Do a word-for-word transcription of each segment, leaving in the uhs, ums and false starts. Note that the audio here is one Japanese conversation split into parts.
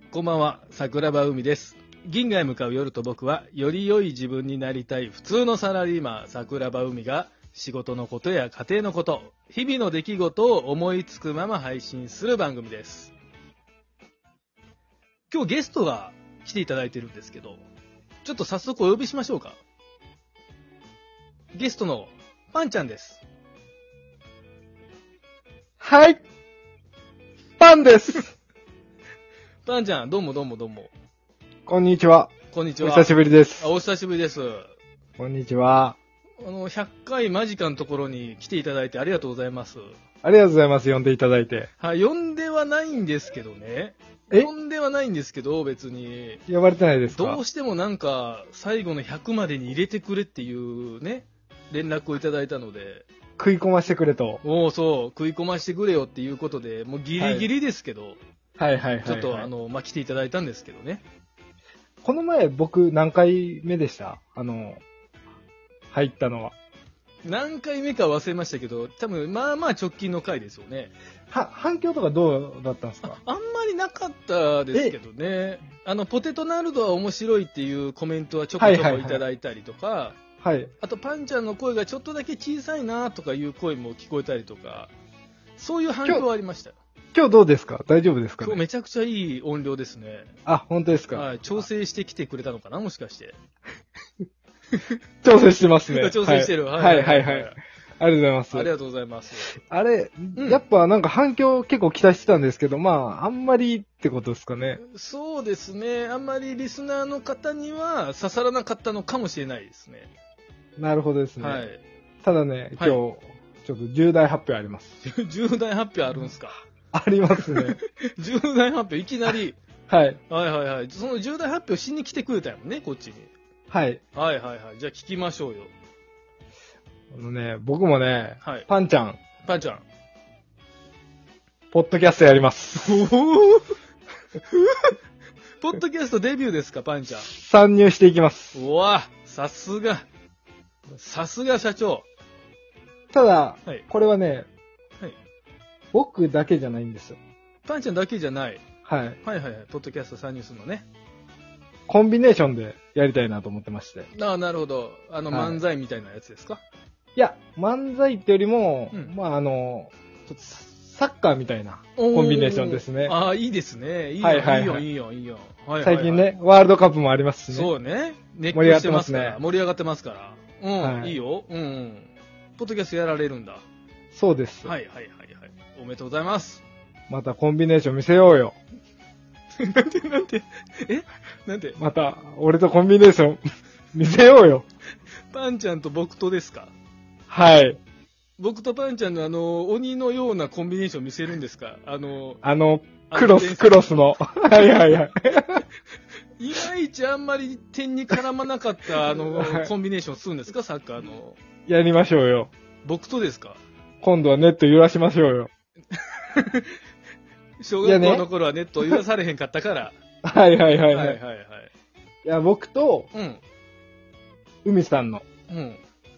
こんばんは、桜庭海です。銀河へ向かう夜と僕は、より良い自分になりたい普通のサラリーマン、桜庭海が、仕事のことや家庭のこと、日々の出来事を思いつくまま配信する番組です。今日ゲストが来ていただいてるんですけど、ちょっと早速お呼びしましょうか。ゲストのパンちゃんです。 はい。パンです。 パンちゃん、どうもどうもどうも。 こんにちは。 こんにちは。 お久しぶりです。 あ、お久しぶりです。 こんにちは。 あの、ひゃっかい間近のところに来ていただいてありがとうございます。 ありがとうございます。呼んでいただいて。 はい、呼んではないんですけどね。 え呼んではないんですけど、別に。 呼ばれてないですか？ どうしてもなんか、最後のひゃくまでに入れてくれっていうね、連絡をいただいたので。 食い込ましてくれと。 おー、そう、食い込ましてくれよっていうことで、もうギリギリですけど。 はい、はい、はいはいはい。 ちょっとあの、まあ、来ていただいたんですけどね。 この前僕何回目でした？あの、入ったのは。 何回目か忘れましたけど、多分まあまあ直近の回ですよね。 は、反響とかどうだったんですか？ あ、あんまりなかったですけどね。あの、ポテトナルドは面白いっていうコメントはちょこちょこいただいたりとか、はいはいはいはい。 あとパンちゃんの声がちょっとだけ小さいなとかいう声も聞こえたりとか、そういう反響はありましたよ。 今日どうですか？大丈夫ですかね？ 今日めちゃくちゃいい音量ですね。 あ、本当ですか？ はい、調整してきてくれたのかな、もしかして。 調整してますね。 調整してる。 はい、はい、はい、はい。ありがとうございます。 ありがとうございます。 あれ、 うん、 やっぱなんか反響結構期待してたんですけど、まあ、あんまりってことですかね。 そうですね。あんまりリスナーの方には刺さらなかったのかもしれないですね。 なるほどですね。はい。ただね、今日、はい、ちょっと重大発表あります。 重大発表あるんすか？ ありますね。 重大発表、いきなり。 はい。 はいはいはい。その重大発表しに来てくれたよね、こっちに。 はい。 はいはいはい。じゃあ聞きましょうよ。 あのね、僕もね、 はい、 パンちゃん。 パンちゃん。 ポッドキャストやります。 おポッドキャストデビューですか、パンちゃん。 参入していきます。 うわ、さすが。さすが社長。 ただ、 はい、 これはね、 はい、 僕だけじゃないんですよ。 パンちゃんだけじゃない。 はい。 はいはいはい。ポッドキャスト参入するのね。 コンビネーションでやりたいなと思ってまして。 ああ、なるほど。あの、漫才みたいなやつですか？ いや、漫才ってよりも、 うん、 まああの、ちょっとサッカーみたいなコンビネーションですね。 ああ、いいですね。いいよ、はいはいはい、いいよ、いいよ、いいよ。はいはいはい、 最近ね、ワールドカップもありますしね。 そうね。熱狂してますから。盛り上がってますから。うん、はい、いいよ。うん、うん。ポッドキャストやられるんだ。 そうです。 はいはいはいはい。おめでとうございます。 またコンビネーション見せようよ。 なんでなんでえなんでまた、俺とコンビネーション見せようよ。 パンちゃんと僕とですか？ はい。 僕とパンちゃんのあの、鬼のようなコンビネーション見せるんですか？あの、 あの、クロス、クロスの。はいはいはい。 いまいちあんまり点に絡まなかったあの、コンビネーションするんですか？サッカーの。 やりましょうよ。 僕とですか？ 今度はネット揺らしましょうよ。 小学校の頃はネットを揺らされへんかったから。 はいはいはいはい。はいはいはい。いや、僕と、 うん。 海さんの、 うん。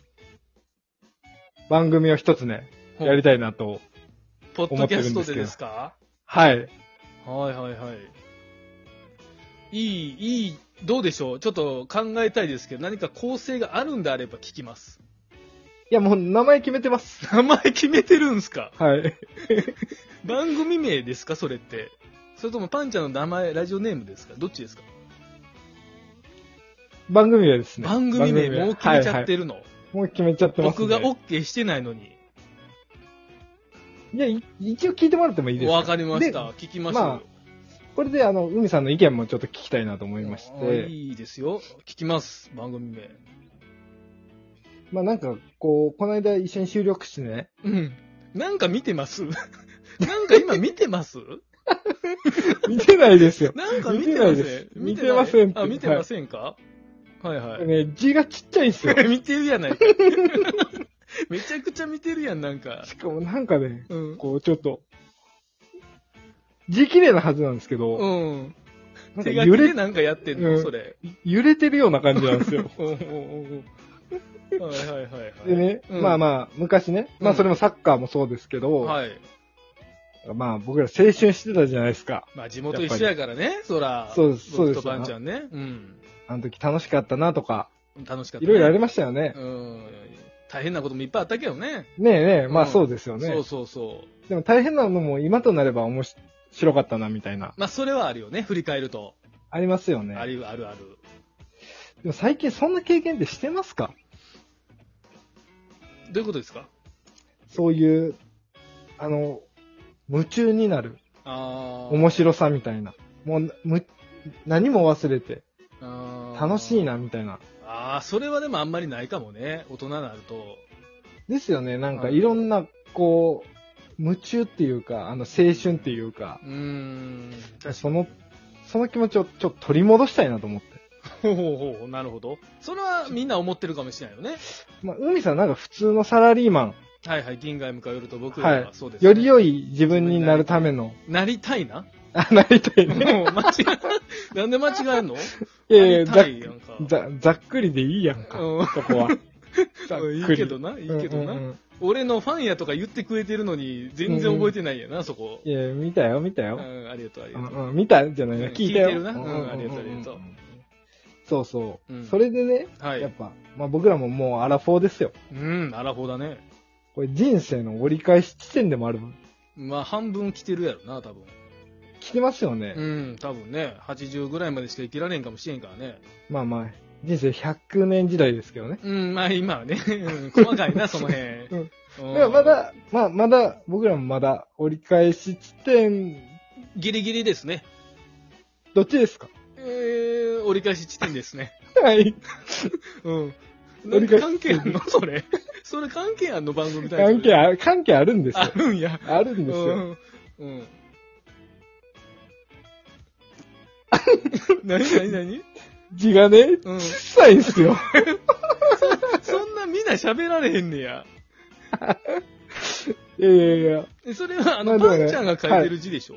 番組を一つね、やりたいなと思ってるんですけど。 ポッドキャストでですか？ はい。 はいはいはい。いい、いい、どうでしょう？ちょっと考えたいですけど、何か構成があるんであれば聞きます。 いや、もう名前決めてます。 名前決めてるんすか？ はい。 番組名ですかそれって。それともパンちゃんの名前、ラジオネームですか？どっちですか？ 番組名ですね。 番組名もう決めちゃってるの？はいはい、 もう決めちゃってますね。 僕が OK してないのに。 いや、一応聞いてもらってもいいですか？ わかりました。聞きましょう。まあ、 これであの、海さんの意見もちょっと聞きたいなと思いまして。 いいですよ。聞きます。番組名。 まあなんか、こう、この間一緒に収録してね。 うん。なんか見てますなんか今見てます見てないですよ。 なんか見てません。 見てません。 あ、見てませんか？はい、はいはい。 ね、字がちっちゃいんすよ。 見てるやないか。めちゃくちゃ見てるやん、なんか。 しかもなんかね、 うん、こうちょっと、字綺麗なはずなんですけど、 うん。なんか揺れ、なんかやってんの、うん、それ。 揺れてるような感じなんですよ。 はいはいはい、はい。 でね、うん、まあまあ、昔ね、まあそれもサッカーもそうですけど、 はい。 まあ僕ら青春してたじゃないですか。 まあ地元一緒やからね、そら。 そうですそうです僕とパンちゃんね。うん。 あの時楽しかったなとか、 楽しかった、ね。 いろいろありましたよね。 うん。大変なこともいっぱいあったけどね。 ねえねえ、まあうんそうですよね。 そうそうそう。 でも大変なのも今となれば面白かったなみたいな。 まあそれはあるよね、振り返ると。 ありますよね。 あるあるある。 でも最近そんな経験ってしてますか？ どういうことですか？ そういう、あの、夢中になる。 あ面白さみたいな。もう、む、何も忘れて、 あ楽しいなみたいな。 ああ、それはでもあんまりないかもね。大人になると。 ですよね。なんかいろんな、こう、夢中っていうか、あの、青春っていうか、 うーん。 その、その気持ちをちょっと取り戻したいなと思って。 ほうほうほう、なるほど。それはみんな思ってるかもしれないよね。 まあ、海さんなんか普通のサラリーマン。 はいはい、銀河へ向かう夜と僕ははそうです、ね。 より良い自分になるための。 なりたいなあ、なりたいね。 もう間違え、なんで間違えんの？ いやいや、ざなりたいやんかざざっくりでいいやんか。 うんそこは。ざっくり。 いいけどな、いいけどな、 うんうんうん。 俺のファンやとか言ってくれてるのに、全然覚えてないやな、そこ。 いや、見たよ、見たよ。 うん、ありがとう、ありがとう。 うんうん、見たじゃないな、 うん聞いたよ。 聞いてるなうんありがとうありがとう。 そうそう。 うんそれでね、 はいやっぱ、まあ僕らももうアラフォーですよ。 うん、アラフォーだね。 これ人生の折り返し地点でもある。 まあ、半分来てるやろな、多分。 来てますよね。 うん、多分ね、はちじゅうぐらいまでしか生きられんかもしれんからね。 まあまあ、人生ひゃくねん時代ですけどね。 うん、まあ今はね、うん細かいな、その辺。 うんうんだからまだ、まあまだ、僕らもまだ折り返し地点、 ギリギリですね。 どっちですか？ えー、折り返し地点ですね。 はい。 うん。 折り返し関係あんのそれ。それ関係あんの番組タイトル関係ある、関係あるんですよ。 あるんや。 あるんですよ。 うん。うん。なになになに字がね、 うん小さいんすよ。 そんなみんな喋られへんねや。 いやいやいや、 えそれはあの、 まあでもねパンちゃんが書いてる字でしょ、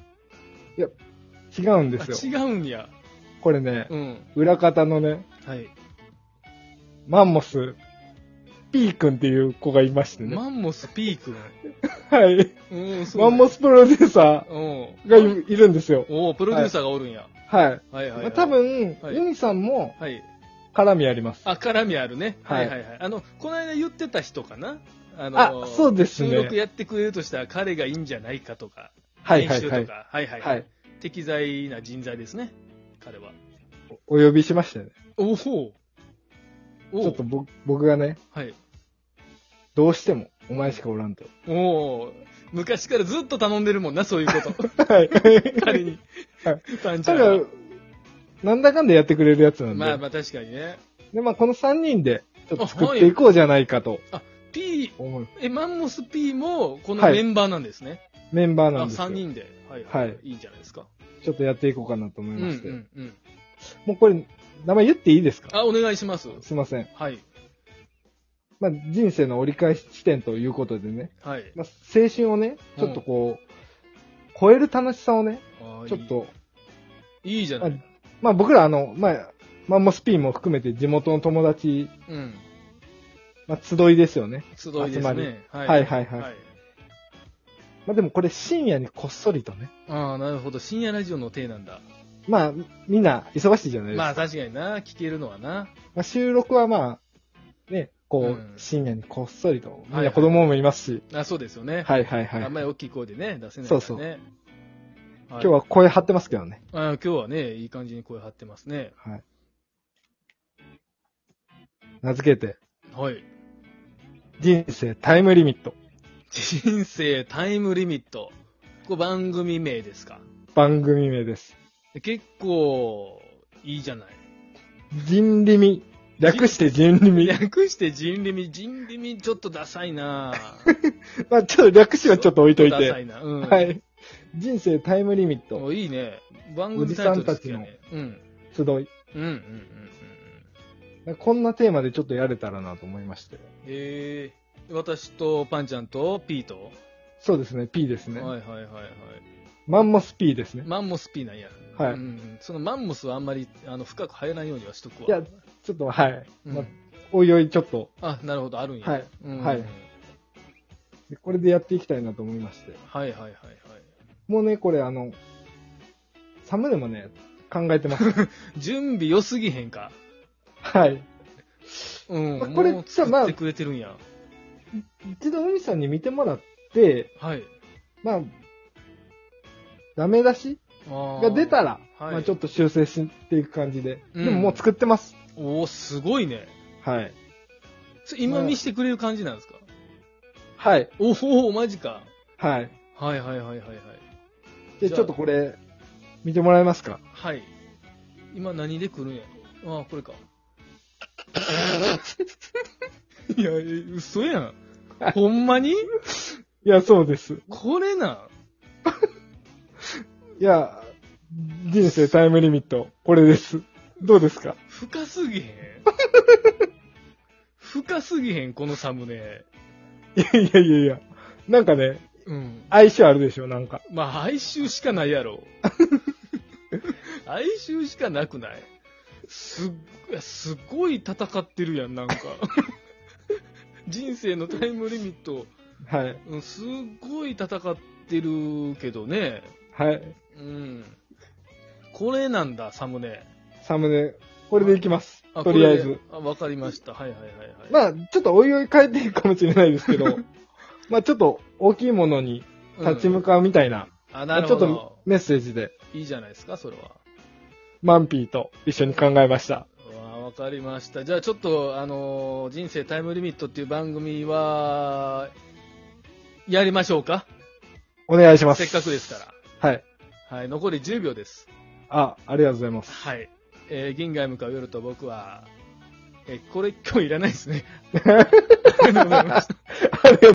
違うんですよ。 あ違うんや。 これね、 うん。 裏方のね、 はい。 マンモス、P 君っていう子がいましてね。 マンモス P 君。 はい。 うん、そうマンモスプロデューサうん。 ーがいいるんですよ。 おおプロデューサーがおるんや。 はい。 はいはい、はい。 まあ、多分、 はいユニさんもはい。 絡みあります。 あ、絡みあるね。ははいいはいはい。あの、この間言ってた人かなあのあそうですね収録やってくれるとしたら彼がいいんじゃないかとか。 はいはいはい。 編集とか。はいはい。 はい。 適材な人材ですね。彼は。 お呼びしましたね。 おおおちょっと僕僕がね、 はい。 どうしてもお前しかおらんと。 おお昔からずっと頼んでるもんな、そういうこと。 はい。 彼に。 はいパンちゃただんは。、 なんだかんだやってくれるやつなんで。 まあまあ確かにね。 で、まあこのさんにんで、ちょっと作っていこうじゃないかと P、 思う。 え、マンモス P もこのはいメンバーなんですね。 メンバーなんあ、 ですよ。 さんにんで。はい。 はいいいじゃないですか。 ちょっとやっていこうかなと思うんういまして。 んうん。 もうこれ、名前言っていいですか？ あ、お願いします。 すいません。 はい。 まあ人生の折り返し地点ということでね、 はい。 まあ、青春をね、ちょっとこう、超える楽しさをね、 あーちょっと、 いいいいじゃない。 まあ僕らあの、まあ、マンモスピーも含めて地元の友達、 うん。 まあ集いですよね。 集いです集まりね。ははいはいはいはい。 まあでもこれ深夜にこっそりとね、 ああ、なるほど。深夜ラジオの体なんだ。 まあみんな忙しいじゃないですか。 まあ確かにな。聞けるのはな。 まあ、収録はまあ、ね、こう、 うん深夜にこっそりと、みんはいはない子供もいますし、 あ、そうですよね。 はいはいはい。 あんまり大きい声でね、出せないからね。 そうそうはい今日は声張ってますけどね。 あ今日はね、いい感じに声張ってますね。 はい。名付けて、 はい。 人生タイムリミット。 人生タイムリミット。これ番組名ですか？ 番組名です。 結構、いいじゃない。 人リミ。略して人リミ。 略して人リミ。人リミちょっとダサいなまあちょっと略しはちょっと置いといて。 ダサいな。うん。。 はいい。人生タイムリミット。 おいいね。番組タイトル好きやね。うん。 集い。 うんうんうんうんうん。 こんなテーマでちょっとやれたらなと思いまして。 えー、私とパンちゃんとピーと、 そうですね、P ですね。 はいはいはいはい。 マンモス P ですね。 マンモスピーなんや。 はいうんうん、そのマンモスはあんまりあの深く入らないようにはしとくわ。 いや、ちょっと、はい。 うんまあ、おいおいちょっと。 あ、なるほど、あるんや。 はいうんはいでこれでやっていきたいなと思いまして。 はいはいはいはい。 もうね、これあの、サムネもね、考えてます。 準備良すぎへんか。 はい。 うん。 まあこれもう作ってくれてるんや。 一度海さんに見てもらって、 はい。 まあ、ダメ出しあーが出たら、 はい、 まあちょっと修正していく感じで。 うんでももう作ってます。 おー、すごいね。 はい。 それ今見してくれる感じなんですか？ はい。 おお、マジか。 はい。 はいはいはいはいはい。 で、 じゃあちょっとこれ、見てもらえますか？ はい。今何で来るんやろ？ああ、これか。いや、え嘘やん。ほんまにいや、そうです。 これなんいや、人生タイムリミット、これです。どうですか？ 深すぎへん深すぎへん、このサムネ。 いやいやいやいや。なんかね、 うん。 相性あるでしょ、なんか。 まあ、哀愁しかないやろ。哀愁しかなくない？すっ、すごい戦ってるやん、なんか。人生のタイムリミット、 はい。 うんすっごい戦ってるけどね。 はい。 うん。これなんだ、サムネ。 サムネ、これでいきます。 あとりあえず。 これであ、わかりました。はいはいはいはい。 まあ、ちょっとおいおい変えていくかもしれないですけど、まあちょっと大きいものに立ち向かうみたいな、 あ、 まあちょっなるほど。 とメッセージで、 いいじゃないですか、それは。 マンピーと一緒に考えました。 わあ、わかりました。じゃあちょっと、あのー人生タイムリミットっていう番組は、やりましょうか。 お願いします。 せっかくですかはい。 ら。はい、残りじゅうびょうです。 あ、ありがとうございます。 はい。えー、銀河へ向かう夜と僕は、えーこれ今日いらないですね。ありがとうございました。 ありがとう